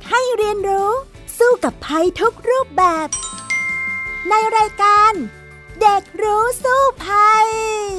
ให้เรียนรู้สู้กับภัยทุกรูปแบบในรายการเด็กรู้สู้ภัย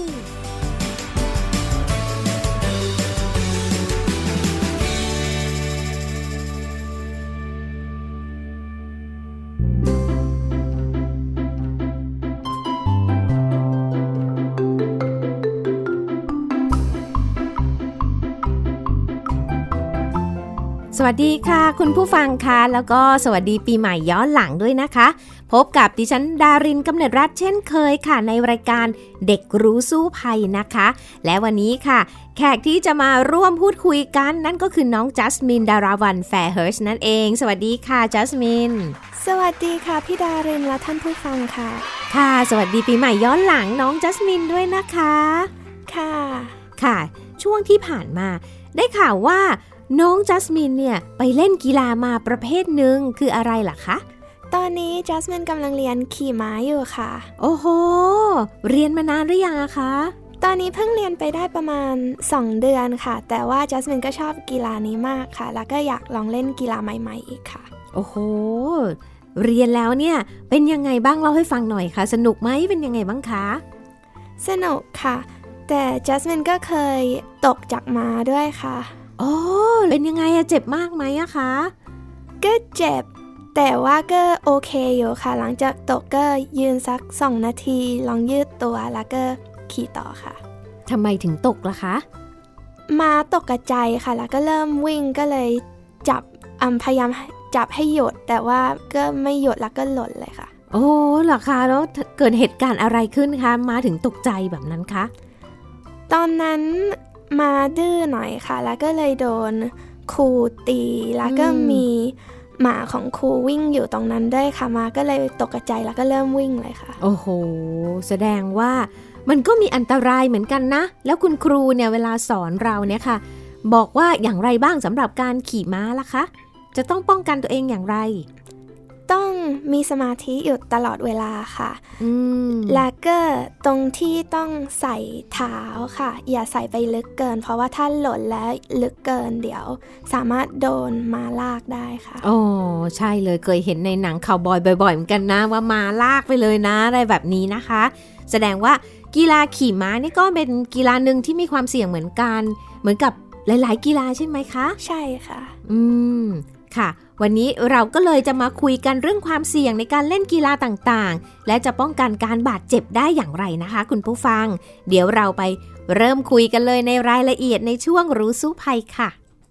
สวัสดีค่ะคุณผู้ฟังค่ะแล้วก็สวัสดีปีใหม่ย้อนหลังด้วยนะคะพบกับดิฉันดารินกำเนิดรัตน์เช่นเคยค่ะในรายการเด็กรู้สู้ภัยนะคะและวันนี้ค่ะแขกที่จะมาร่วมพูดคุยกันนั่นก็คือน้องจัสมินดาราวันแฟร์เฮิร์ชนั่นเองสวัสดีค่ะจัสมินสวัสดีค่ะพี่ดารินและท่านผู้ฟังค่ะค่ะสวัสดีปีใหม่ย้อนหลังน้องจัสมินด้วยนะคะค่ะค่ะช่วงที่ผ่านมาได้ข่าวว่าน้องจัสมินเนี่ยไปเล่นกีฬามาประเภทหนึ่งคืออะไรล่ะคะตอนนี้จัสมินกำลังเรียนขี่ม้าอยู่ค่ะโอ้โหเรียนมานานหรือยังอะคะตอนนี้เพิ่งเรียนไปได้ประมาณ2เดือนค่ะแต่ว่าจัสมินก็ชอบกีฬานี้มากค่ะแล้วก็อยากลองเล่นกีฬาใหม่ๆอีกค่ะโอ้โหเรียนแล้วเนี่ยเป็นยังไงบ้างเล่าให้ฟังหน่อยค่ะสนุกไหมเป็นยังไงบ้างคะสนุกค่ะแต่จัสมินก็เคยตกจากม้าด้วยค่ะอ๋อเป็นยังไงอะเจ็บมากไหมอะคะก็เจ็บแต่ว่าก็โอเคอยู่ค่ะหลังจากตกก็ยืนสัก2นาทีลองยืดตัวแล้วก็ขี่ต่อค่ะทำไมถึงตกล่ะคะม้าตกกระจายค่ะแล้วก็เริ่มวิ่งก็เลยจับพยายามจับให้หยุดแต่ว่าก็ไม่หยุดแล้วก็หล่นเลยค่ะโอ้เหรอคะแล้วเกิดเหตุการณ์อะไรขึ้นคะม้าถึงตกใจแบบนั้นคะตอนนั้นมาดื้อหน่อยค่ะแล้วก็เลยโดนครูตีแล้วก็มีหมาของครูวิ่งอยู่ตรงนั้นด้วยค่ะมาก็เลยตกกระจายแล้วก็เริ่มวิ่งเลยค่ะโอ้โหแสดงว่ามันก็มีอันตรายเหมือนกันนะแล้วคุณครูเนี่ยเวลาสอนเราเนี่ยค่ะบอกว่าอย่างไรบ้างสำหรับการขี่ม้าล่ะคะจะต้องป้องกันตัวเองอย่างไรต้องมีสมาธิอยู่ตลอดเวลาค่ะแล้วก็ตรงที่ต้องใส่เท้าค่ะอย่าใส่ไปลึกเกินเพราะว่าถ้าหล่นแล้วลึกเกินเดี๋ยวสามารถโดนม้าลากได้ค่ะอ๋อใช่เลยเคยเห็นในหนังคาวบอยบ่อยๆเหมือนกันนะว่าม้าลากไปเลยนะอะไรแบบนี้นะคะแสดงว่ากีฬาขี่ม้านี่ก็เป็นกีฬาหนึ่งที่มีความเสี่ยงเหมือนกันเหมือนกับหลายๆกีฬาใช่ไหมคะใช่ค่ะค่ะวันนี้เราก็เลยจะมาคุยกันเรื่องความเสี่ยงในการเล่นกีฬาต่างๆและจะป้องกันการบาดเจ็บได้อย่างไรนะคะคุณผู้ฟังเดี๋ยวเราไปเริ่มคุยกันเลยในรายละเอียดในช่วงรู้สู้ภัยค่ะ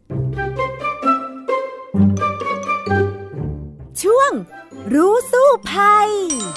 ช่วงรู้สู้ภัย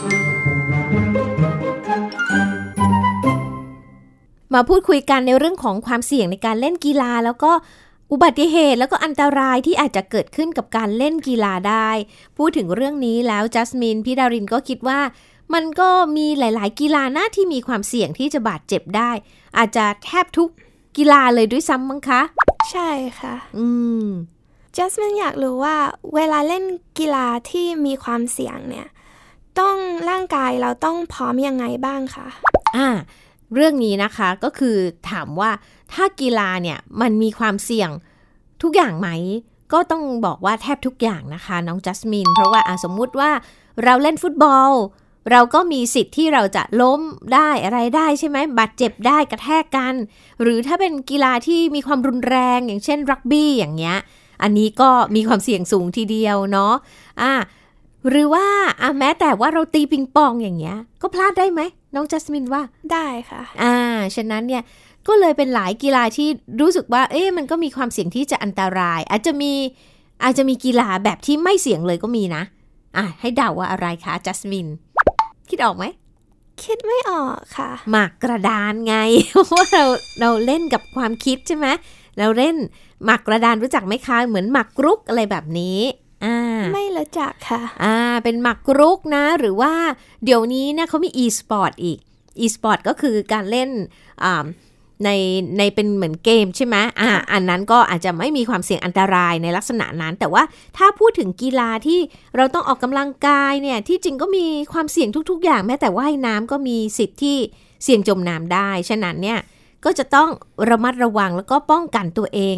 มาพูดคุยกันในเรื่องของความเสี่ยงในการเล่นกีฬาแล้วก็อุบัติเหตุแล้วก็อันตรายที่อาจจะเกิดขึ้นกับการเล่นกีฬาได้พูดถึงเรื่องนี้แล้วจัสมินพี่ดารินก็คิดว่ามันก็มีหลายๆกีฬานะที่มีความเสี่ยงที่จะบาดเจ็บได้อาจจะแทบทุกกีฬาเลยด้วยซ้ำมั้งคะใช่ค่ะจัสมินอยากรู้ว่าเวลาเล่นกีฬาที่มีความเสี่ยงเนี่ยต้องร่างกายเราต้องพร้อมยังไงบ้างคะเรื่องนี้นะคะก็คือถามว่าถ้ากีฬาเนี่ยมันมีความเสี่ยงทุกอย่างไหมก็ต้องบอกว่าแทบทุกอย่างนะคะน้องจัสมินเพราะว่าสมมุติว่าเราเล่นฟุตบอลเราก็มีสิทธิ์ที่เราจะล้มได้อะไรได้ใช่ไหมบาดเจ็บได้กระแทกกันหรือถ้าเป็นกีฬาที่มีความรุนแรงอย่างเช่นรักบี้อย่างเงี้ยอันนี้ก็มีความเสี่ยงสูงทีเดียวเนาะหรือว่าแม้แต่ว่าเราตีปิงปองอย่างเงี้ยก็พลาดได้ไหมน้องจัสมินว่าได้ค่ะฉะนั้นเนี่ยก็เลยเป็นหลายกีฬาที่รู้สึกว่ามันก็มีความเสี่ยงที่จะอันตรายอาจจะมีกีฬาแบบที่ไม่เสี่ยงเลยก็มีนะให้เดาว่าอะไรคะจัสมินคิดออกไหมคิดไม่ออกค่ะหมากกระดานไง เพราะว่าเราเล่นกับความคิดใช่ไหมเราเล่นหมากกระดานรู้จักไหมคะเหมือนหมากรุกอะไรแบบนี้ไม่รู้จักค่ะเป็นหมากรุกนะหรือว่าเดี๋ยวนี้นะเขามี e-sport อีก e-sport ก็คือการเล่นในเป็นเหมือนเกมใช่ไหมอันนั้นก็อาจจะไม่มีความเสี่ยงอันตรายในลักษณะนั้นแต่ว่าถ้าพูดถึงกีฬาที่เราต้องออกกำลังกายเนี่ยที่จริงก็มีความเสี่ยงทุกๆอย่างแม้แต่ว่ายน้ำก็มีสิทธิ์ที่เสี่ยงจมน้ำได้ฉะนั้นเนี่ยก็จะต้องระมัดระวังแล้วก็ป้องกันตัวเอง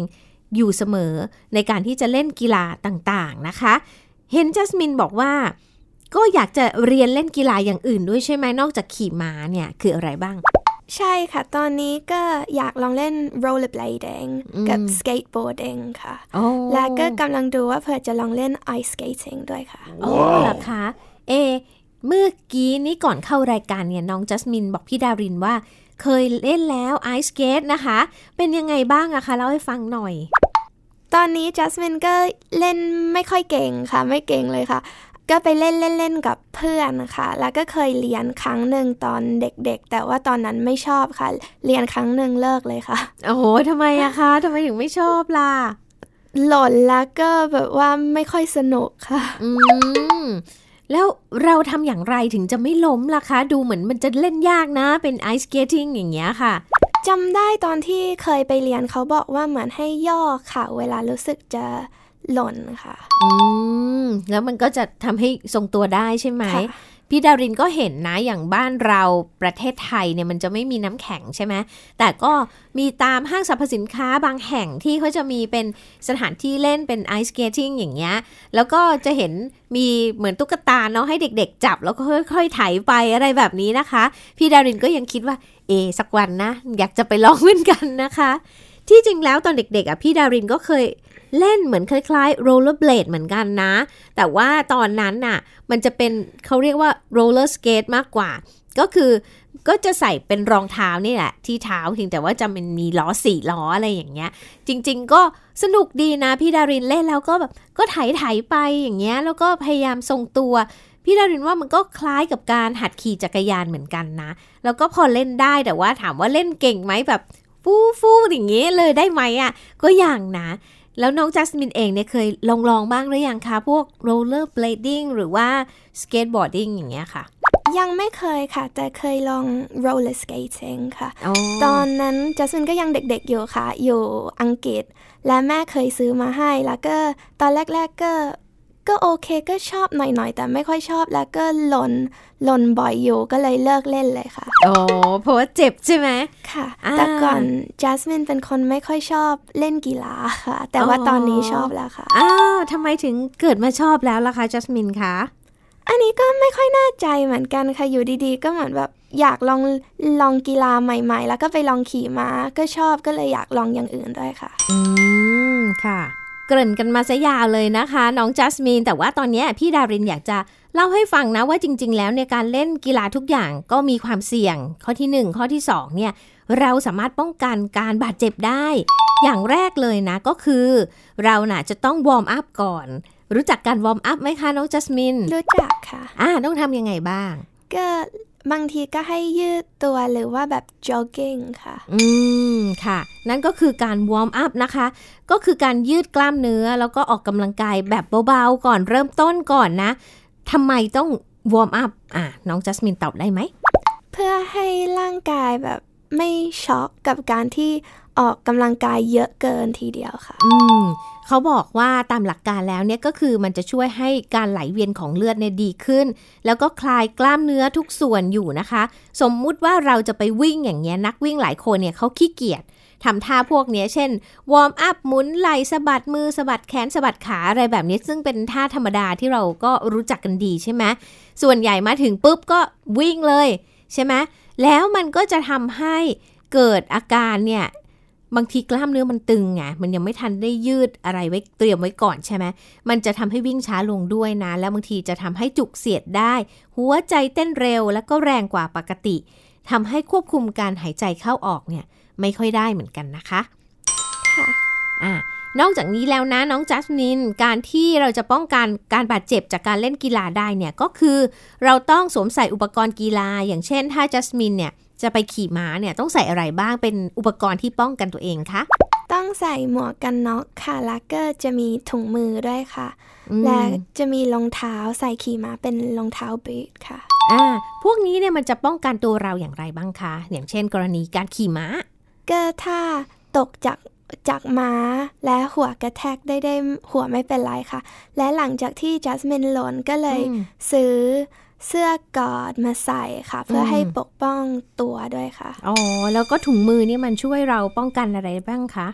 อยู่เสมอในการที่จะเล่นกีฬาต่างๆนะคะเห็นจัสมินบอกว่าก็อยากจะเรียนเล่นกีฬาอย่างอื่นด้วยใช่ไหมนอกจากขี่ม้าเนี่ยคืออะไรบ้างใช่ค่ะตอนนี้ก็อยากลองเล่น rollerblading กับ skateboarding ค่ะและก็กำลังดูว่าเผื่อจะลองเล่น ice skating ด้วยค่ะเหรอคะเมื่อกี้นี้ก่อนเข้ารายการเนี่ยน้องจัสมินบอกพี่ดารินว่าเคยเล่นแล้ว ice skate นะคะเป็นยังไงบ้างอะคะเล่าให้ฟังหน่อยตอนนี้จัสมินก็เล่นไม่ค่อยเก่งค่ะไม่เก่งเลยค่ะก็ไปเล่นกับเพื่อนค่ะแล้วก็เคยเรียนครั้งหนึ่งตอนเด็กๆแต่ว่าตอนนั้นไม่ชอบค่ะเรียนครั้งหนึ่งเลิกเลยค่ะโอ้โหทำไมอะคะทำไมถึงไม่ชอบล่ะหล่นแล้วก็แบบว่าไม่ค่อยสนุกค่ะแล้วเราทำอย่างไรถึงจะไม่ล้มล่ะคะดูเหมือนมันจะเล่นยากนะเป็นไอซ์สเกตติ้งอย่างเงี้ยค่ะจำได้ตอนที่เคยไปเรียนเขาบอกว่าเหมือนให้ย่อค่ะเวลารู้สึกจะหล่นค่ะแล้วมันก็จะทำให้ทรงตัวได้ใช่ไหมพี่ดารินก็เห็นนะอย่างบ้านเราประเทศไทยเนี่ยมันจะไม่มีน้ำแข็งใช่ไหมแต่ก็มีตามห้างสรรพสินค้าบางแห่งที่เขาจะมีเป็นสถานที่เล่นเป็นไอซ์สเกตติ้งอย่างเงี้ยแล้วก็จะเห็นมีเหมือนตุ๊กตาเนาะให้เด็กๆจับแล้วก็ค่อยๆไถไปอะไรแบบนี้นะคะพี่ดารินก็ยังคิดว่าสักวันนะอยากจะไปลองเหมือนกันนะคะที่จริงแล้วตอนเด็กๆพี่ดารินก็เคยเล่นเหมือนคล้ายๆ roller blade เหมือนกันนะแต่ว่าตอนนั้นน่ะมันจะเป็นเขาเรียกว่า roller skate มากกว่าก็จะใส่เป็นรองเท้านี่แหละที่เท้าเพียงแต่ว่าจะมีล้อ4ล้ออะไรอย่างเงี้ยจริงๆก็สนุกดีนะพี่ดารินเล่นแล้วก็แบบก็ไถไปอย่างเงี้ยแล้วก็พยายามทรงตัวพี่ดารินว่ามันก็คล้ายกับการหัดขี่จักรยานเหมือนกันนะแล้วก็พอเล่นได้แต่ว่าถามว่าเล่นเก่งไหมแบบฟู่อย่างเงี้ยเลยได้ไหมอ่ะก็อย่างนะแล้วน้องจัสมินเองเนี่ยเคยลองบ้างหรือยังคะพวก roller blading หรือว่า skateboarding อย่างเงี้ยค่ะยังไม่เคยค่ะแต่เคยลอง roller skating ค่ะตอนนั้นจัสมินก็ยังเด็กๆอยู่ค่ะอยู่อังกฤษและแม่เคยซื้อมาให้แล้วก็ตอนแรกๆก็โอเคก็ชอบหน่อยๆแต่ไม่ค่อยชอบแล้วก็หล่นบ่อยอยู่ก็เลยเลิกเล่นเลยค่ะเพราะว่าเจ็บใช่ไหมค่ะแต่ก่อนจัสมินเป็นคนไม่ค่อยชอบเล่นกีฬาค่ะแต่ว่าตอนนี้ชอบแล้วค่ะทำไมถึงเกิดมาชอบแล้วล่ะคะจัสมินคะอันนี้ก็ไม่ค่อยแน่ใจเหมือนกันค่ะอยู่ดีๆก็เหมือนแบบอยากลองกีฬาใหม่ๆแล้วก็ไปลองขี่ม้าก็ชอบก็เลยอยากลองอย่างอื่นด้วยค่ะค่ะเกริ่นกันมาซะยาวเลยนะคะน้องจัสมินแต่ว่าตอนนี้พี่ดารินอยากจะเล่าให้ฟังนะว่าจริงๆแล้วในการเล่นกีฬาทุกอย่างก็มีความเสี่ยงข้อที่1ข้อที่2เนี่ยเราสามารถป้องกันการบาดเจ็บได้อย่างแรกเลยนะก็คือเราน่ะจะต้องวอร์มอัพก่อนรู้จักการวอร์มอัพไหมคะน้องจัสมินรู้จักค่ะต้องทำยังไงบ้างก็บางทีก็ให้ยืดตัวหรือว่าแบบ jogging ค่ะค่ะนั่นก็คือการวอร์มอัพนะคะก็คือการยืดกล้ามเนื้อแล้วก็ออกกำลังกายแบบเบาๆก่อนเริ่มต้นก่อนนะทำไมต้องวอร์มอัพน้องจัสมินตอบได้ไหมเพื่อให้ร่างกายแบบไม่ช็อกกับการที่ออกกำลังกายเยอะเกินทีเดียวค่ะเขาบอกว่าตามหลักการแล้วเนี่ยก็คือมันจะช่วยให้การไหลเวียนของเลือดเนี่ยดีขึ้นแล้วก็คลายกล้ามเนื้อทุกส่วนอยู่นะคะสมมุติว่าเราจะไปวิ่งอย่างเงี้ยนักวิ่งหลายคนเนี่ยเขาขี้เกียจทำท่าพวกนี้เช่นวอร์มอัพหมุนไหล่สะบัดมือสะบัดแขนสะบัดขาอะไรแบบนี้ซึ่งเป็นท่าธรรมดาที่เราก็รู้จักกันดีใช่ไหมส่วนใหญ่มาถึงปุ๊บก็วิ่งเลยใช่ไหมแล้วมันก็จะทำให้เกิดอาการเนี่ยบางทีกล้ามเนื้อมันตึงไงมันยังไม่ทันได้ยืดอะไรไว้เตรียมไว้ก่อนใช่ไหมมันจะทำให้วิ่งช้าลงด้วยนะแล้วบางทีจะทำให้จุกเสียดได้หัวใจเต้นเร็วแล้วก็แรงกว่าปกติทำให้ควบคุมการหายใจเข้าออกเนี่ยไม่ค่อยได้เหมือนกันนะคะค่ะนอกจากนี้แล้วนะน้องจัสมินการที่เราจะป้องกันการบาดเจ็บจากการเล่นกีฬาได้เนี่ยก็คือเราต้องสวมใส่อุปกรณ์กีฬาอย่างเช่นถ้าจัสมินเนี่ยจะไปขี่ม้าเนี่ยต้องใส่อะไรบ้างเป็นอุปกรณ์ที่ป้องกันตัวเองคะต้องใส่หมวกกันน็อกค่ะแล้วก็จะมีถุงมือด้วยค่ะและจะมีรองเท้าใส่ขี่ม้าเป็นรองเท้าบูทค่ะพวกนี้เนี่ยมันจะป้องกันตัวเราอย่างไรบ้างคะอย่างเช่นกรณีการขี่ม้าก็ถ้าตกจากม้าและหัวกระแทกได้หัวไม่เป็นไรค่ะและหลังจากที่จัสมินหล่นก็เลยซื้อเสื้อกอดมาใส่ค่ะเพื่อให้ปกป้องตัวด้วยค่ะแล้วก็ถุงมือนี่มันช่วยเราป้องกันอะไรบ้างคะ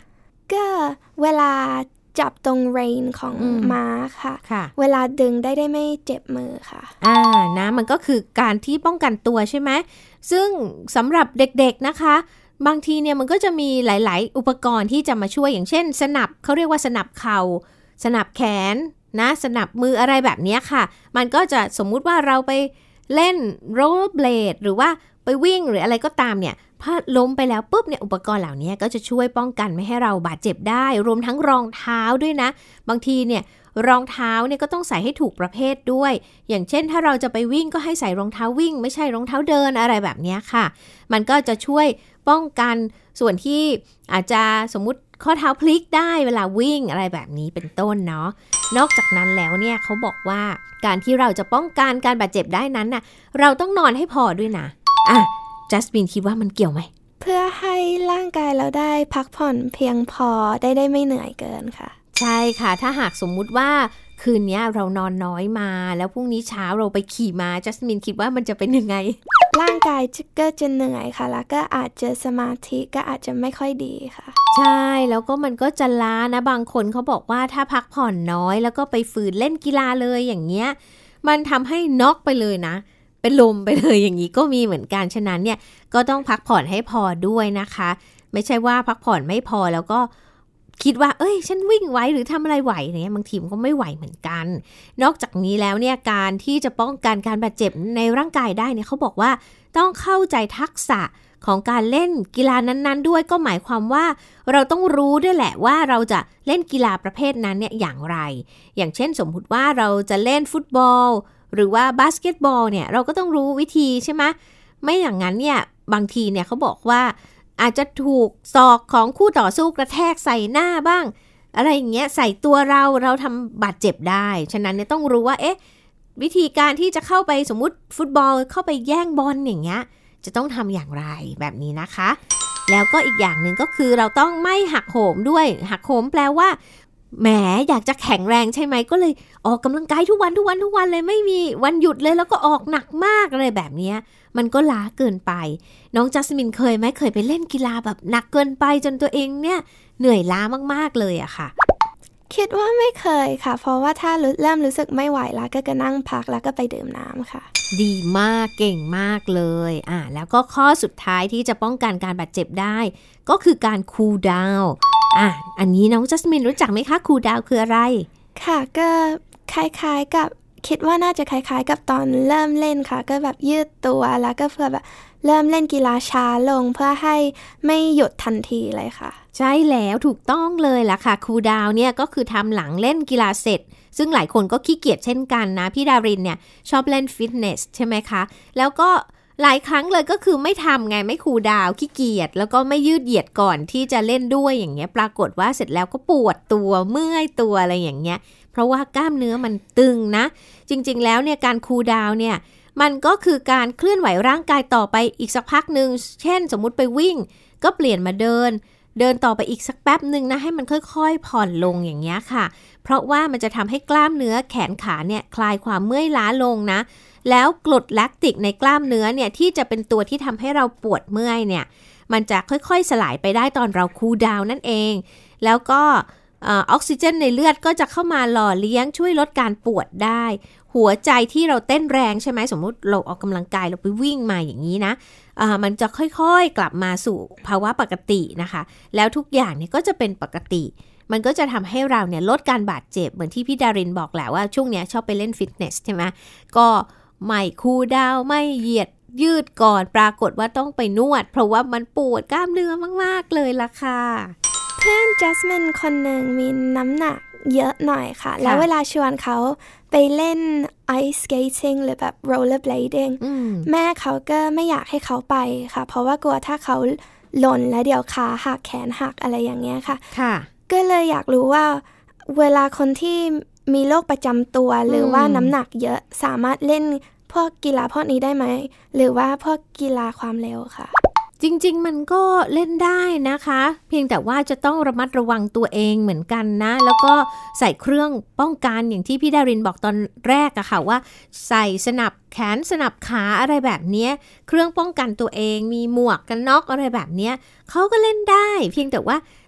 ก็เวลาจับตรงเรนของม้าค่ะเวลาดึงได้ไม่เจ็บมือค่ะนะมันก็คือการที่ป้องกันตัวใช่ไหมซึ่งสำหรับเด็กๆนะคะบางทีเนี่ยมันก็จะมีหลายๆอุปกรณ์ที่จะมาช่วยอย่างเช่นสนับเขาเรียกว่าสนับเข่าสนับแขนนะสนับมืออะไรแบบนี้ค่ะมันก็จะสมมุติว่าเราไปเล่นโรลเลอร์เบลดหรือว่าไปวิ่งหรืออะไรก็ตามเนี่ยพอล้มไปแล้วปุ๊บเนี่ยอุปกรณ์เหล่านี้ก็จะช่วยป้องกันไม่ให้เราบาดเจ็บได้รวมทั้งรองเท้าด้วยนะบางทีเนี่ยรองเท้าเนี่ยก็ต้องใส่ให้ถูกประเภทด้วยอย่างเช่นถ้าเราจะไปวิ่งก็ให้ใส่รองเท้าวิ่งไม่ใช่รองเท้าเดินอะไรแบบนี้ค่ะมันก็จะช่วยป้องกันส่วนที่อาจจะสมมุติข้อเท้าพลิกได้เวลาวิ่งอะไรแบบนี้เป็นต้นเนาะนอกจากนั้นแล้วเนี่ยเขาบอกว่าการที่เราจะป้องกันการบาดเจ็บได้นั้นน่ะเราต้องนอนให้พอด้วยนะจัสมินคิดว่ามันเกี่ยวไหมเพื่อให้ร่างกายเราได้พักผ่อนเพียงพอได้ไม่เหนื่อยเกินค่ะใช่ค่ะถ้าหากสมมุติว่าคืนนี้เรานอนน้อยมาแล้วพรุ่งนี้เช้าเราไปขี่ม้าจัสมินคิดว่ามันจะเป็นยังไงร่างกายก็จะเหนื่อยค่ะแล้วก็อาจจะสมาธิก็อาจจะไม่ค่อยดีค่ะใช่แล้วก็มันก็จะล้านะบางคนเขาบอกว่าถ้าพักผ่อนน้อยแล้วก็ไปฝืนเล่นกีฬาเลยอย่างเงี้ยมันทำให้น็อกไปเลยนะเป็นลมไปเลยอย่างนี้ก็มีเหมือนกันฉะนั้นเนี่ยก็ต้องพักผ่อนให้พอด้วยนะคะไม่ใช่ว่าพักผ่อนไม่พอแล้วก็คิดว่าฉันวิ่งไหวหรือทำอะไรไหวเนี่ยบางทีมันก็ไม่ไหวเหมือนกันนอกจากนี้แล้วเนี่ยการที่จะป้องกันการบาดเจ็บในร่างกายได้เนี่ยเขาบอกว่าต้องเข้าใจทักษะของการเล่นกีฬานั้นๆด้วยก็หมายความว่าเราต้องรู้ด้วยแหละว่าเราจะเล่นกีฬาประเภทนั้นเนี่ยอย่างไรอย่างเช่นสมมุติว่าเราจะเล่นฟุตบอลหรือว่าบาสเกตบอลเนี่ยเราก็ต้องรู้วิธีใช่ไหมไม่อย่างนั้นเนี่ยบางทีเนี่ยเขาบอกว่าอาจจะถูกศอกของคู่ต่อสู้กระแทกใส่หน้าบ้างอะไรอย่างเงี้ยใส่ตัวเราทำบาดเจ็บได้ฉะนั้นเนี่ยต้องรู้ว่าวิธีการที่จะเข้าไปสมมุติฟุตบอลเข้าไปแย่งบอลอย่างเงี้ยจะต้องทำอย่างไรแบบนี้นะคะแล้วก็อีกอย่างหนึ่งก็คือเราต้องไม่หักโหมด้วยหักโหมแปลว่าแหมอยากจะแข็งแรงใช่ไหมก็เลยออกกำลังกายทุกวันเลยไม่มีวันหยุดเลยแล้วก็ออกหนักมากอะไรแบบนี้มันก็ล้าเกินไปน้องจัสมินเคยไปเล่นกีฬาแบบหนักเกินไปจนตัวเองเนี่ยเหนื่อยล้ามากๆเลยอะค่ะคิดว่าไม่เคยค่ะเพราะว่าถ้าเริ่มรู้สึกไม่ไหวแล้วก็นั่งพักแล้วก็ไปดื่มน้ำค่ะดีมากเก่งมากเลยแล้วก็ข้อสุดท้ายที่จะป้องกันการบาดเจ็บได้ก็คือการคูลดาวน์อันนี้น้องจัสมินรู้จักไหมคะคูลดาวน์คืออะไรค่ะก็คล้ายๆกับคิดว่าน่าจะคล้ายๆกับตอนเริ่มเล่นค่ะก็แบบยืดตัวแล้วก็เพื่อแบบเริ่มเล่นกีฬาช้าลงเพื่อให้ไม่หยุดทันทีเลยค่ะใช่แล้วถูกต้องเลยล่ะค่ะคูลดาวน์เนี่ยก็คือทำหลังเล่นกีฬาเสร็จซึ่งหลายคนก็ขี้เกียจเช่นกันนะพี่ดารินเนี่ยชอบเล่นฟิตเนสใช่ไหมคะแล้วก็หลายครั้งเลยก็คือไม่ทำไงไม่คูลดาวน์ขี้เกียจแล้วก็ไม่ยืดเหยียดก่อนที่จะเล่นด้วยอย่างเงี้ยปรากฏว่าเสร็จแล้วก็ปวดตัวเมื่อยตัวอะไรอย่างเงี้ยเพราะว่ากล้ามเนื้อมันตึงนะจริงๆแล้วเนี่ยการคูลดาวน์เนี่ยมันก็คือการเคลื่อนไหวร่างกายต่อไปอีกสักพักนึงเช่นสมมุติไปวิ่งก็เปลี่ยนมาเดินต่อไปอีกสักแป๊บนึงนะให้มันค่อยๆผ่อนลงอย่างเงี้ยค่ะเพราะว่ามันจะทำให้กล้ามเนื้อแขนขาเนี่ยคลายความเมื่อยล้าลงนะแล้วกรดแลคติกในกล้ามเนื้อเนี่ยที่จะเป็นตัวที่ทำให้เราปวดเมื่อยเนี่ยมันจะค่อยๆสลายไปได้ตอนเราคูลดาวน์นั่นเองแล้วก็ออกซิเจนในเลือดก็จะเข้ามาหล่อเลี้ยงช่วยลดการปวดได้หัวใจที่เราเต้นแรงใช่ไหมสมมุติเราออกกำลังกายเราไปวิ่งมาอย่างนี้นะมันจะค่อยๆกลับมาสู่ภาวะปกตินะคะแล้วทุกอย่างเนี่ยก็จะเป็นปกติมันก็จะทำให้เราเนี่ยลดการบาดเจ็บเหมือนที่พี่ดารินบอกแหละว่าช่วงนี้ชอบไปเล่นฟิตเนสใช่ไหมก็ไม่คูลดาวน์ไม่เหยียดยืดก่อนปรากฏว่าต้องไปนวดเพราะว่ามันปวดกล้ามเนื้อมากๆเลยล่ะค่ะเพื่อนจัสมินคนหนึ่งมีน้ำหนักเยอะหน่อยค่ะแล้วเวลาชวนเขาไปเล่น ice skating หรือแบบ roller blading แม่เขาก็ไม่อยากให้เขาไปค่ะเพราะว่ากลัวถ้าเขาหล่นแล้วเดี๋ยวขาหักแขนหักอะไรอย่างเงี้ยค่ะก็เลยอยากรู้ว่าเวลาคนที่มีโรคประจำตัวหรือว่าน้ำหนักเยอะสามารถเล่นพวกกีฬาพวกนี้ได้ไหมหรือว่าพวกกีฬาความเร็วค่ะจริงๆมันก็เล่นได้นะคะเพียงแต่ว่าจะต้องระมัดระวังตัวเองเหมือนกันนะแล้วก็ใส่เครื่องป้องกันอย่างที่พี่ดารินบอกตอนแรกอะค่ะว่าใส่สนับแขนสนับขาอะไรแบบนี้เครื่องป้องกันตัวเองมีหมวกกันน็อกอะไรแบบนี้เขาก็เล่นได้เพียงแต่ว่า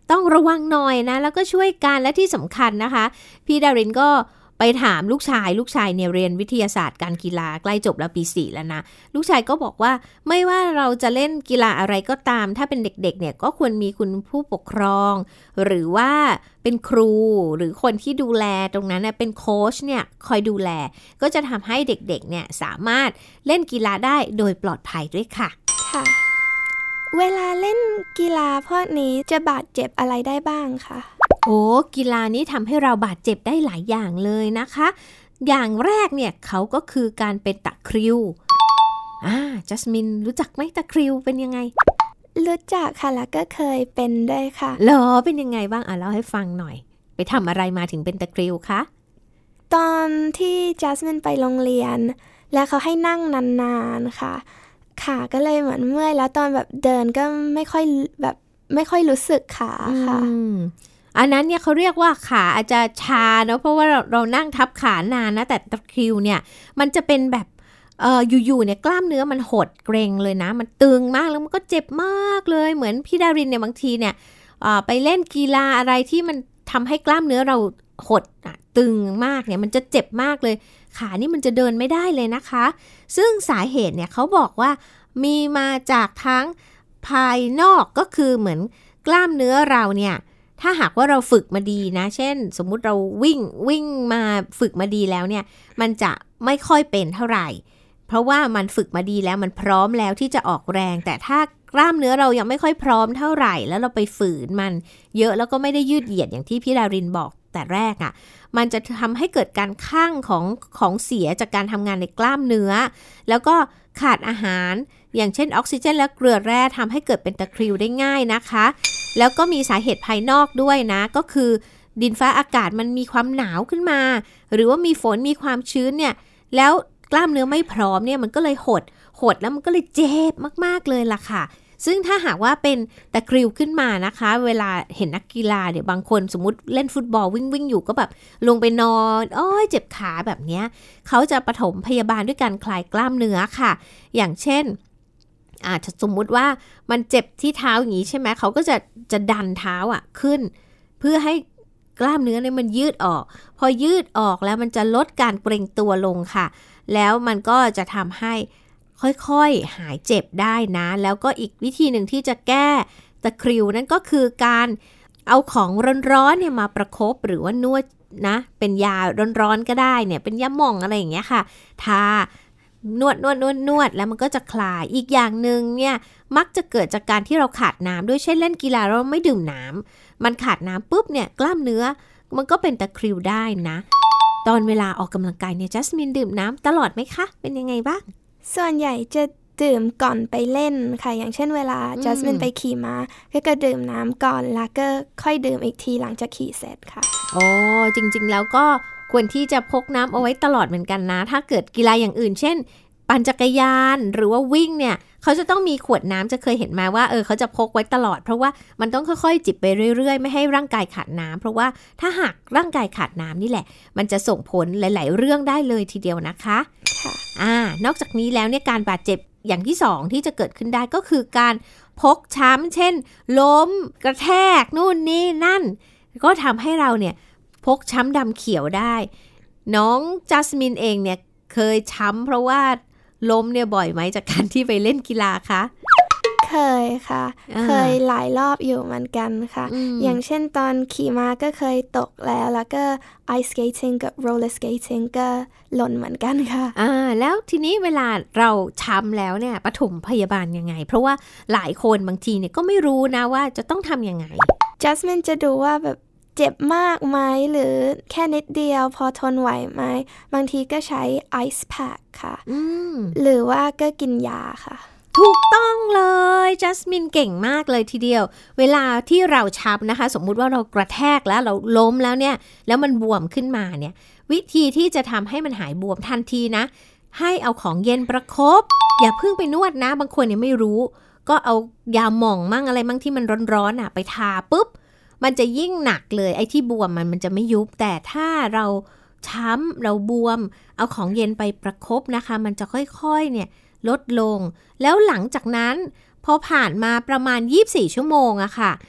ต้องระวังหน่อยนะแล้วก็ช่วยกันและที่สำคัญนะคะพี่ดารินก็ไปถามลูกชายเนี่ยเรียนวิทยาศาสตร์การกีฬาใกล้จบแล้วปี 4แล้วนะลูกชายก็บอกว่าไม่ว่าเราจะเล่นกีฬาอะไรก็ตามถ้าเป็นเด็กๆเนี่ยก็ควรมีคุณผู้ปกครองหรือว่าเป็นครูหรือคนที่ดูแลตรงนั้นเนี่ยเป็นโค้ชเนี่ยคอยดูแลก็จะทำให้เด็กๆเนี่ยสามารถเล่นกีฬาได้โดยปลอดภัยด้วยค่ะค่ะเวลาเล่นกีฬาพวกนี้จะบาดเจ็บอะไรได้บ้างคะโอ้กีฬานี้ทำให้เราบาดเจ็บได้หลายอย่างเลยนะคะอย่างแรกเนี่ยเขาก็คือการเป็นตะคริวจัสมินรู้จักไหมตะคริวเป็นยังไงรู้จักค่ะแล้วก็เคยเป็นด้วยค่ะเหรอเป็นยังไงบ้างเล่าให้ฟังหน่อยไปทำอะไรมาถึงเป็นตะคริวคะตอนที่จัสมินไปโรงเรียนแล้วเขาให้นั่งนานๆค่ะขาก็เลยเหมือนเมื่อยแล้วตอนแบบเดินก็ไม่ค่อยรู้สึกขาค่ะอันนั้นเนี่ยเขาเรียกว่าขาอาจจะชาเนาะเพราะว่าเรานั่งทับขานานนะแต่ตะคริวเนี่ยมันจะเป็นแบบอยู่ๆเนี่ยกล้ามเนื้อมันหดเกร็งเลยนะมันตึงมากแล้วมันก็เจ็บมากเลยเหมือนพี่ดารินเนี่ยบางทีเนี่ยไปเล่นกีฬาอะไรที่มันทำให้กล้ามเนื้อเราหดตึงมากเนี่ยมันจะเจ็บมากเลยขานี่มันจะเดินไม่ได้เลยนะคะซึ่งสาเหตุเนี่ยเขาบอกว่ามีมาจากทั้งภายนอกก็คือเหมือนกล้ามเนื้อเราเนี่ยถ้าหากว่าเราฝึกมาดีนะเช่นสมมุติเราวิ่งมาฝึกมาดีแล้วเนี่ยมันจะไม่ค่อยเป็นเท่าไหร่เพราะว่ามันฝึกมาดีแล้วมันพร้อมแล้วที่จะออกแรงแต่ถ้ากล้ามเนื้อเรายังไม่ค่อยพร้อมเท่าไหร่แล้วเราไปฝืนมันเยอะแล้วก็ไม่ได้ยืดเหยียดอย่างที่พี่ดารินบอกแต่แรกมันจะทำให้เกิดการคั่งของเสียจากการทำงานในกล้ามเนื้อแล้วก็ขาดอาหารอย่างเช่นออกซิเจนและเกลือแร่ทำให้เกิดเป็นตะคริวได้ง่ายนะคะแล้วก็มีสาเหตุภายนอกด้วยนะก็คือดินฟ้าอากาศมันมีความหนาวขึ้นมาหรือว่ามีฝนมีความชื้นเนี่ยแล้วกล้ามเนื้อไม่พร้อมเนี่ยมันก็เลยหดแล้วมันก็เลยเจ็บมากๆเลยล่ะค่ะซึ่งถ้าหากว่าเป็นตะคริวขึ้นมานะคะเวลาเห็นนักกีฬาเดี๋ยวบางคนสมมุติเล่นฟุตบอลวิ่งอยู่ก็แบบลงไปนอนเจ็บขาแบบเนี้ยเขาจะปฐมพยาบาลด้วยการคลายกล้ามเนื้อค่ะอย่างเช่นสมมุติว่ามันเจ็บที่เท้าอย่างนี้ใช่ไหมเขาก็จะดันเท้าขึ้นเพื่อให้กล้ามเนื้อเนี่ยมันยืดออกพอยืดออกแล้วมันจะลดการเกร็งตัวลงค่ะแล้วมันก็จะทำให้ค่อยๆหายเจ็บได้นะแล้วก็อีกวิธีหนึ่งที่จะแก้ตะคริวนั่นก็คือการเอาของร้อนๆเนี่ยมาประคบหรือว่านวดนะเป็นยาร้อนๆก็ได้เนี่ยเป็นยาหม่องอะไรอย่างเงี้ยค่ะทานวดแล้วมันก็จะคลายอีกอย่างนึงเนี่ยมักจะเกิดจากการที่เราขาดน้ำด้วยเช่นเล่นกีฬาเราไม่ดื่มน้ำมันขาดน้ำปุ๊บเนี่ยกล้ามเนื้อมันก็เป็นตะคริวได้นะตอนเวลาออกกำลังกายเนี่ยจัสมินดื่มน้ำตลอดไหมคะเป็นยังไงบ้างส่วนใหญ่จะดื่มก่อนไปเล่นค่ะอย่างเช่นเวลาจัสมินไปขี่ม้าก็ดื่มน้ำก่อนแล้วก็ค่อยดื่มอีกทีหลังจากขี่เสร็จค่ะโอ้จริงๆแล้วก็ควรที่จะพกน้ำเอาไว้ตลอดเหมือนกันนะถ้าเกิดกีฬาอย่างอื่นเช่นปั่นจักรยานหรือว่าวิ่งเนี่ยเขาจะต้องมีขวดน้ำจะเคยเห็นมาว่าเขาจะพกไว้ตลอดเพราะว่ามันต้องค่อยๆจิบไปเรื่อยๆไม่ให้ร่างกายขาดน้ำเพราะว่าถ้าหากร่างกายขาดน้ำนี่แหละมันจะส่งผลหลายๆเรื่องได้เลยทีเดียวนะคะนอกจากนี้แล้วเนี่ยการบาดเจ็บอย่างที่2ที่จะเกิดขึ้นได้ก็คือการพกช้ำเช่นล้มกระแทกนู่นนี่นั่นก็ทำให้เราเนี่ยพกช้ำดำเขียวได้น้องจัสมินเองเนี่ยเคยช้ำเพราะว่าล้มเนี่ยบ่อยไหมจากการที่ไปเล่นกีฬาคะเคยค่ะเคยหลายรอบอยู่เหมือนกันค่ะอย่างเช่นตอนขี่ม้าก็เคยตกแล้วก็ ice skating กับ roller skating ก็หล่นเหมือนกันค่ะแล้วทีนี้เวลาเราช้ำแล้วเนี่ยปฐมพยาบาลยังไงเพราะว่าหลายคนบางทีเนี่ยก็ไม่รู้นะว่าจะต้องทำยังไง Jasmine จะดูว่าแบบเจ็บมากไหมหรือแค่นิดเดียวพอทนไหวไหมบางทีก็ใช้ ice pack ค่ะหรือว่าก็กินยาค่ะถูกต้องเลยจัสมินเก่งมากเลยทีเดียวเวลาที่เราช้ำนะคะสมมุติว่าเรากระแทกแล้วเราล้มแล้วเนี่ยแล้วมันบวมขึ้นมาเนี่ยวิธีที่จะทำให้มันหายบวมทันทีนะให้เอาของเย็นประคบอย่าเพิ่งไปนวดนะบางคนเนี่ยไม่รู้ก็เอายาหม่องมั่งอะไรมั่งที่มันร้อนๆไปทาปุ๊บมันจะยิ่งหนักเลยไอ้ที่บวมมันจะไม่ยุบแต่ถ้าเราช้ำเราบวมเอาของเย็นไปประคบนะคะมันจะค่อยๆเนี่ยลดลงแล้วหลังจากนั้นพอผ่านมาประมาณ24ชั่วโมงอะค่ะ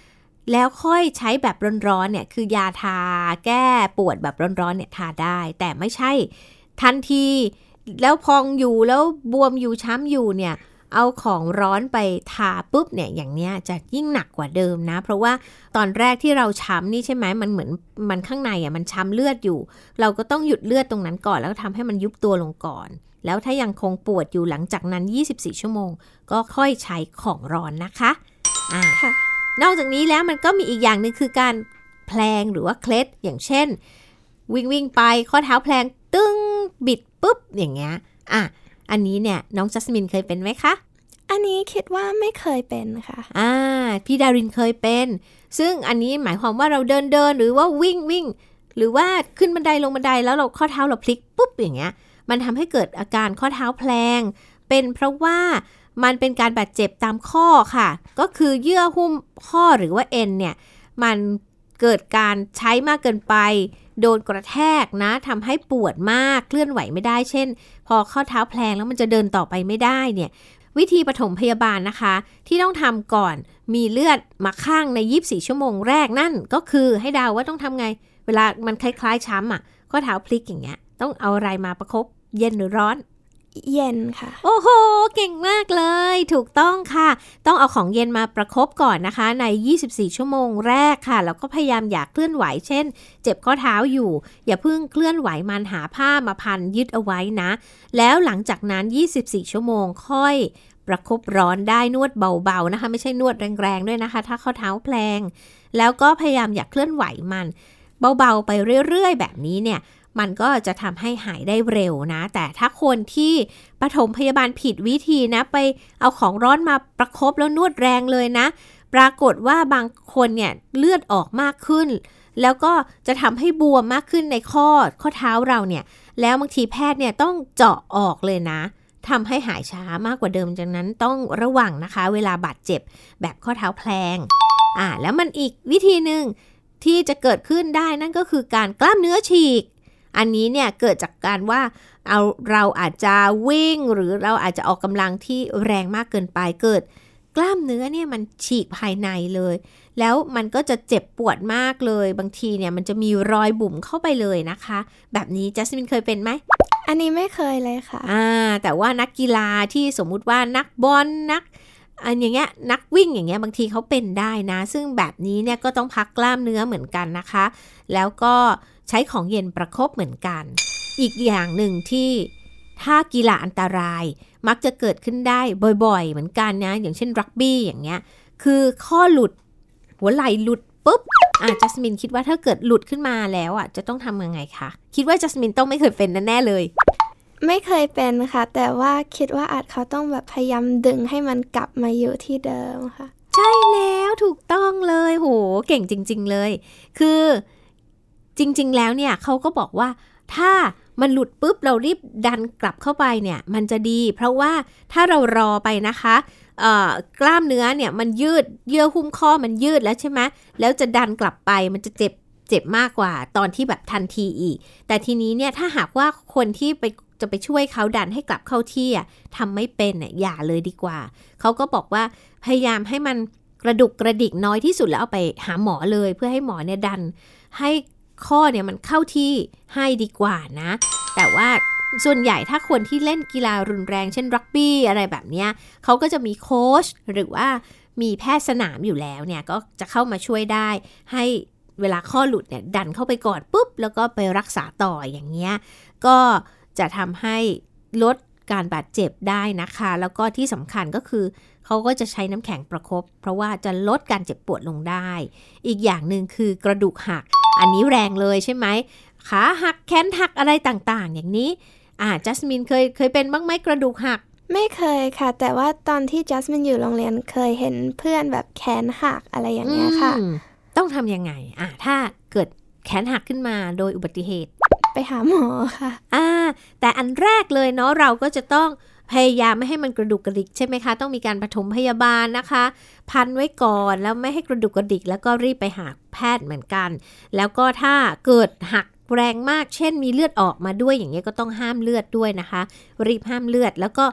แล้วค่อยใช้แบบร้อนๆเนี่ยคือยาทาแก้ปวดแบบร้อนๆเนี่ยทาได้แต่ไม่ใช่ทันทีแล้วพองอยู่แล้วบวมอยู่ช้ำอยู่เนี่ยเอาของร้อนไปทาปุ๊บเนี่ยอย่างเนี้ยจะยิ่งหนักกว่าเดิมนะเพราะว่าตอนแรกที่เราช้ำนี่ใช่ไหมมันเหมือนมันข้างในมันช้ำเลือดอยู่เราก็ต้องหยุดเลือดตรงนั้นก่อนแล้วทำให้มันยุบตัวลงก่อนแล้วถ้ายังคงปวดอยู่หลังจากนั้น24ชั่วโมงก็ค่อยใช้ของร้อนนะคะค่ะนอกจากนี้แล้วมันก็มีอีกอย่างนึงคือการแพลงหรือว่าเคล็ดอย่างเช่นวิ่งไปข้อเท้าแพลงตึ้งบิดปุ๊บอย่างเงี้ยอันนี้เนี่ยน้องจัสมินเคยเป็นไหมคะอันนี้คิดว่าไม่เคยเป็นค่ะพี่ดารินเคยเป็นซึ่งอันนี้หมายความว่าเราเดินหรือว่าวิ่งหรือว่าขึ้นบันไดลงบันไดแล้วเราข้อเท้าเราพลิกปุ๊บอย่างเงี้ยมันทำให้เกิดอาการข้อเท้าแพลงเป็นเพราะว่ามันเป็นการบาดเจ็บตามข้อค่ะก็คือเยื่อหุ้มข้อหรือว่าเอ็นเนี่ยมันเกิดการใช้มากเกินไปโดนกระแทกนะทำให้ปวดมากเคลื่อนไหวไม่ได้เช่นพอข้อเท้าแพลงแล้วมันจะเดินต่อไปไม่ได้เนี่ยวิธีปฐมพยาบาลนะคะที่ต้องทำก่อนมีเลือดมาข้างใน24ชั่วโมงแรกนั่นก็คือให้เดาว่าต้องทำไงเวลามันคล้ายๆช้ำข้อเท้าพลิกอย่างเงี้ยต้องเอาอะไรมาประคบเย็นหรือร้อนเย็นค่ะโอ้โหเก่งมากเลยถูกต้องค่ะต้องเอาของเย็นมาประคบก่อนนะคะใน24ชั่วโมงแรกค่ะแล้วก็พยายามอย่าเคลื่อนไหวเช่นเจ็บข้อเท้าอยู่อย่าเพิ่งเคลื่อนไหวมันหาผ้ามาพันยึดเอาไว้นะแล้วหลังจากนั้น24ชั่วโมงค่อยประคบร้อนได้นวดเบาๆนะคะไม่ใช่นวดแรงๆด้วยนะคะถ้าข้อเท้าแพลงแล้วก็พยายามอย่าเคลื่อนไหวมันเบาๆไปเรื่อยๆแบบนี้เนี่ยมันก็จะทำให้หายได้เร็วนะแต่ถ้าคนที่ปฐมพยาบาลผิดวิธีนะไปเอาของร้อนมาประคบแล้วนวดแรงเลยนะปรากฏว่าบางคนเนี่ยเลือดออกมากขึ้นแล้วก็จะทำให้บวมมากขึ้นในข้อเท้าเราเนี่ยแล้วบางทีแพทย์เนี่ยต้องเจาะออกเลยนะทำให้หายช้ามากกว่าเดิมจากนั้นต้องระวังนะคะเวลาบาดเจ็บแบบข้อเท้าแพลงแล้วมันอีกวิธีนึงที่จะเกิดขึ้นได้นั่นก็คือการกล้ามเนื้อฉีกอันนี้เนี่ยเกิดจากการว่าเราอาจจะวิ่งหรือเราอาจจะออกกำลังที่แรงมากเกินไปเกิดกล้ามเนื้อเนี่ยมันฉีกภายในเลยแล้วมันก็จะเจ็บปวดมากเลยบางทีเนี่ยมันจะมีรอยบุ๋มเข้าไปเลยนะคะแบบนี้จัสมินเคยเป็นไหมอันนี้ไม่เคยเลยค่ะแต่ว่านักกีฬาที่สมมุติว่านักบอลอันอย่างเงี้ยนักวิ่งอย่างเงี้ยบางทีเขาเป็นได้นะซึ่งแบบนี้เนี่ยก็ต้องพักกล้ามเนื้อเหมือนกันนะคะแล้วก็ใช้ของเย็นประคบเหมือนกันอีกอย่างหนึ่งที่ถ้ากีฬาอันตรายมักจะเกิดขึ้นได้บ่อยๆเหมือนกันนะอย่างเช่นรักบี้อย่างเงี้ยคือข้อหลุดหัวไหล่หลุดปุ๊บจัสมินคิดว่าถ้าเกิดหลุดขึ้นมาแล้วจะต้องทำยังไงคะคิดว่าจัสมินต้องไม่เคยเป็นแน่ๆเลยไม่เคยเป็นค่ะแต่ว่าคิดว่าอาจเขาต้องแบบพยายามดึงให้มันกลับมาอยู่ที่เดิมค่ะใช่แล้วถูกต้องเลยโหเก่งจริงๆเลยคือจริงๆแล้วเนี่ยเขาก็บอกว่าถ้ามันหลุดปุ๊บเรารีบดันกลับเข้าไปเนี่ยมันจะดีเพราะว่าถ้าเรารอไปนะคะกล้ามเนื้อเนี่ยมันยืดเยื่อหุ้มข้อมันยืดแล้วใช่ไหมแล้วจะดันกลับไปมันจะเจ็บมากกว่าตอนที่แบบทันทีอีกแต่ทีนี้เนี่ยถ้าหากว่าคนที่จะไปช่วยเขาดันให้กลับเข้าที่ทำไม่เป็นอย่าเลยดีกว่าเขาก็บอกว่าพยายามให้มันกระดุกกระดิกน้อยที่สุดแล้วเอาไปหาหมอเลยเพื่อให้หมอเนี่ยดันให้ข้อเนี่ยมันเข้าที่ให้ดีกว่านะแต่ว่าส่วนใหญ่ถ้าคนที่เล่นกีฬารุนแรงเช่นรักบี้อะไรแบบเนี้ยเขาก็จะมีโค้ชหรือว่ามีแพทย์สนามอยู่แล้วเนี่ยก็จะเข้ามาช่วยได้ให้เวลาข้อหลุดเนี่ยดันเข้าไปก่อนปุ๊บแล้วก็ไปรักษาต่ออย่างเงี้ยก็จะทำให้ลดการบาดเจ็บได้นะคะแล้วก็ที่สำคัญก็คือเขาก็จะใช้น้ำแข็งประคบเพราะว่าจะลดการเจ็บปวดลงได้อีกอย่างหนึ่งคือกระดูกหักอันนี้แรงเลยใช่ไหมขาหักแขนหักอะไรต่างๆอย่างนี้จัสมินเคยเป็นบ้างไหมกระดูกหักไม่เคยค่ะแต่ว่าตอนที่จัสมินอยู่โรงเรียนเคยเห็นเพื่อนแบบแขนหักอะไรอย่างเงี้ยค่ะต้องทำยังไงถ้าเกิดแขนหักขึ้นมาโดยอุบัติเหตุไปหาหมอค่ะแต่อันแรกเลยเนาะเราก็จะต้องพยายามไม่ให้มันกระดุกกระดิกใช่ไหมคะต้องมีการปฐมพยาบาลนะคะพันไว้ก่อนแล้วไม่ให้กระดุกกระดิกแล้วก็รีบไปหาแพทย์เหมือนกันแล้วก็ถ้าเกิดหักแรงมากเช่นมีเลือดออกมาด้วยอย่างเงี้ยก็ต้องห้ามเลือดด้วยนะคะรีบห้ามเลือดแล้วก็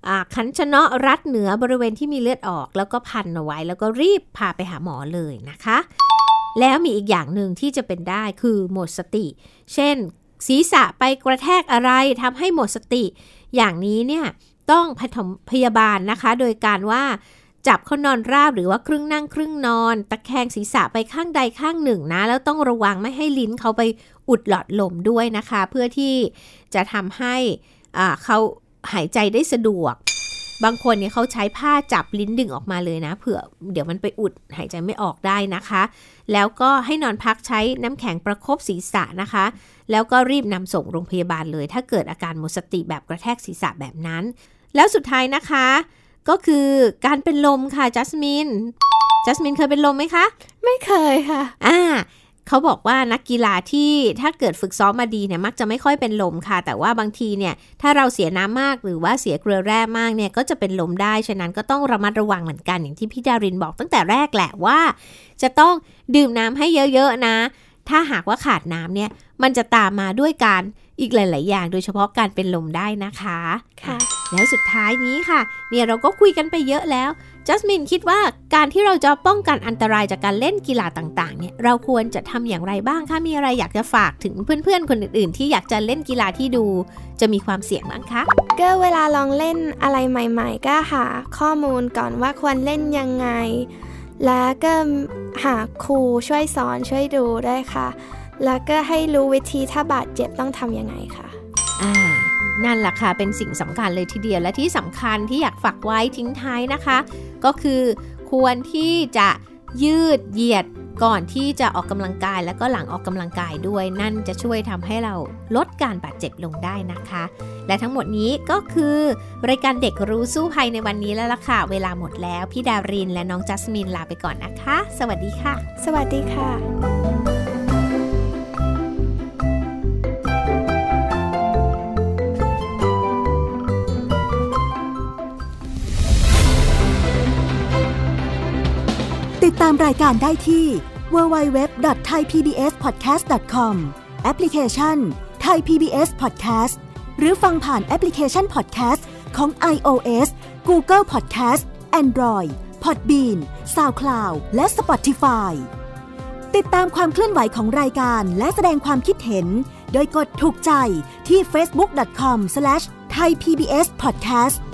ขันชะเนาะรัดเหนือบริเวณที่มีเลือดออกแล้วก็พันเอาไว้แล้วก็รีบพาไปหาหมอเลยนะคะแล้วมีอีกอย่างหนึ่งที่จะเป็นได้คือหมดสติเช่นศีรษะไปกระแทกอะไรทำให้หมดสติอย่างนี้เนี่ยต้องปฐมพยาบาลนะคะโดยการว่าจับเขานอนราบหรือว่าครึ่งนั่งครึ่งนอนตะแคงศีรษะไปข้างใดข้างหนึ่งนะแล้วต้องระวังไม่ให้ลิ้นเขาไปอุดหลอดลมด้วยนะคะเพื่อที่จะทำให้เขาหายใจได้สะดวกบางคนเนี่ยเขาใช้ผ้าจับลิ้นดึงออกมาเลยนะเผื่อเดี๋ยวมันไปอุดหายใจไม่ออกได้นะคะแล้วก็ให้นอนพักใช้น้ำแข็งประคบศีรษะนะคะแล้วก็รีบนำส่งโรงพยาบาลเลยถ้าเกิดอาการหมดสติแบบกระแทกศีรษะแบบนั้นแล้วสุดท้ายนะคะก็คือการเป็นลมค่ะจัสมินเคยเป็นลมไหมคะไม่เคยค่ะเขาบอกว่านักกีฬาที่ถ้าเกิดฝึกซ้อมมาดีเนี่ยมักจะไม่ค่อยเป็นลมค่ะแต่ว่าบางทีเนี่ยถ้าเราเสียน้ำมากหรือว่าเสียเกลือแร่มากเนี่ยก็จะเป็นลมได้ฉะนั้นก็ต้องระมัดระวังเหมือนกันอย่างที่พี่ดารินบอกตั้งแต่แรกแหละว่าจะต้องดื่มน้ำให้เยอะๆนะถ้าหากว่าขาดน้ำเนี่ยมันจะตามมาด้วยการอีกหลายๆอย่างโดยเฉพาะการเป็นลมได้นะคะค่ะแล้วสุดท้ายนี้ค่ะเนี่ยเราก็คุยกันไปเยอะแล้วจัสมินคิดว่าการที่เราจะป้องกันอันตรายจากการเล่นกีฬาต่างๆเนี่ยเราควรจะทำอย่างไรบ้างคะมีอะไรอยากจะฝากถึงเพื่อนๆคนอื่นๆที่อยากจะเล่นกีฬาที่ดูจะมีความเสี่ยงบ้างคะก็เวลาลองเล่นอะไรใหม่ๆก็หาข้อมูลก่อนว่าควรเล่นยังไงแล้วก็หาครูช่วยสอนช่วยดูด้วยค่ะแล้วก็ให้รู้วิธีถ้าบาดเจ็บต้องทำยังไงค่ะนั่นแหละค่ะเป็นสิ่งสำคัญเลยทีเดียวและที่สำคัญที่อยากฝากไว้ทิ้งท้ายนะคะก็คือควรที่จะยืดเหยียดก่อนที่จะออกกำลังกายแล้วก็หลังออกกำลังกายด้วยนั่นจะช่วยทำให้เราลดการบาดเจ็บลงได้นะคะและทั้งหมดนี้ก็คือรายการเด็กรู้สู้ภัยในวันนี้แล้วล่ะค่ะเวลาหมดแล้วพี่ดารินและน้องจัสมินลาไปก่อนนะคะสวัสดีค่ะสวัสดีค่ะติดตามรายการได้ที่ www.thaipbspodcast.com แอปพลิเคชัน Thai PBS Podcast หรือฟังผ่านแอปพลิเคชัน Podcast ของ iOS Google Podcast Android Podbean SoundCloud และ Spotify ติดตามความเคลื่อนไหวของรายการและแสดงความคิดเห็นโดยกดถูกใจที่ facebook.com/thaipbspodcast